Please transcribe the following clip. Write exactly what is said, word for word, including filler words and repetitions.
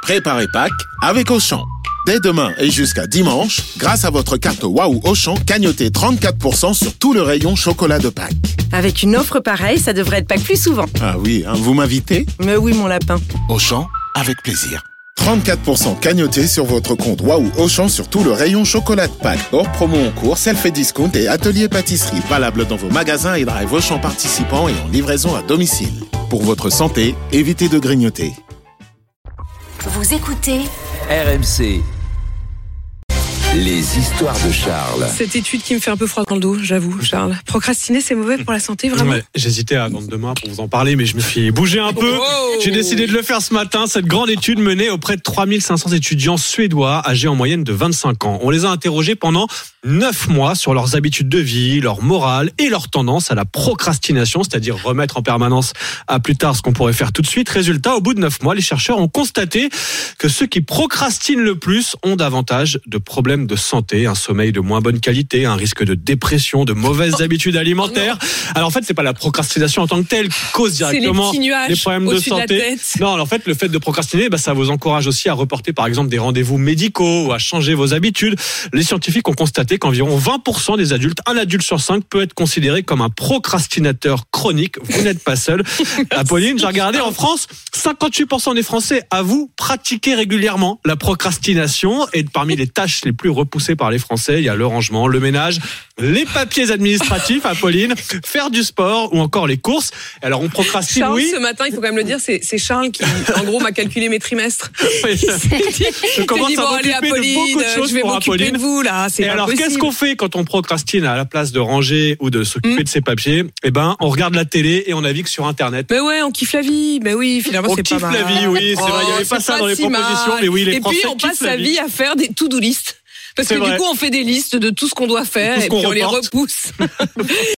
Préparez Pâques avec Auchan. Dès demain et jusqu'à dimanche, grâce à votre carte Waouh Auchan, cagnotez trente-quatre pour cent sur tout le rayon chocolat de Pâques. Avec une offre pareille, ça devrait être Pâques plus souvent. Ah oui, hein, vous m'invitez ? Mais oui, mon lapin. Auchan, avec plaisir. trente-quatre pour cent cagnotés sur votre compte Waouh Auchan sur tout le rayon chocolat de Pâques. Hors promo en cours, self et discount et atelier pâtisserie. Valable dans vos magasins et drive Auchan participants et en livraison à domicile. Pour votre santé, évitez de grignoter. Vous écoutez R M C. Les histoires de Charles. Cette étude qui me fait un peu froid dans le dos, j'avoue, Charles. Procrastiner, c'est mauvais pour la santé, vraiment. Ouais, j'hésitais à attendre demain pour vous en parler, mais je me suis bougé un peu. Oh. J'ai décidé de le faire ce matin. Cette grande étude menée auprès de trois mille cinq cents étudiants suédois âgés en moyenne de vingt-cinq ans. On les a interrogés pendant neuf mois sur leurs habitudes de vie, leur morale et leur tendance à la procrastination, c'est-à-dire remettre en permanence à plus tard ce qu'on pourrait faire tout de suite. Résultat, au bout de neuf mois, les chercheurs ont constaté que ceux qui procrastinent le plus ont davantage de problèmes de santé, un sommeil de moins bonne qualité, un risque de dépression, de mauvaises habitudes alimentaires. Alors en fait, c'est pas la procrastination en tant que telle qui cause directement les, les problèmes de santé. De non, en fait, le fait de procrastiner, bah, ça vous encourage aussi à reporter par exemple des rendez-vous médicaux ou à changer vos habitudes. Les scientifiques ont constaté qu'environ vingt pour cent des adultes, un adulte sur cinq peut être considéré comme un procrastinateur chronique. Vous n'êtes pas seul. Apolline, j'ai regardé en France, cinquante-huit pour cent des Français avouent pratiquer régulièrement la procrastination. Et parmi les tâches les plus repoussées par les Français, il y a le rangement, le ménage, les papiers administratifs, Apolline, faire du sport ou encore les courses. Alors on procrastine, Charles, oui. ce matin, il faut quand même le dire, c'est, c'est Charles qui, en gros, m'a calculé mes trimestres. Oui. Je commence dit, à bon, allez, m'occuper de beaucoup de choses je vais pour m'occuper Apolline. de vous, là. C'est Et pas alors, possible. qu'est-ce qu'on fait quand on procrastine à la place de ranger ou de s'occuper Mm. de ses papiers? Eh ben, on regarde la télé et on navigue sur Internet. Mais ouais, on kiffe la vie. Mais oui, finalement, On c'est kiffe pas mal. la vie, oui, c'est vrai. Il y avait Oh, pas c'est ça dans les si propositions, mal. mais oui, les Et Français puis, on kiffent passe la sa vie. vie à faire des to-do list. Parce C'est que vrai. du coup, on fait des listes de tout ce qu'on doit faire Tout ce et qu'on puis on les reporte. repousse.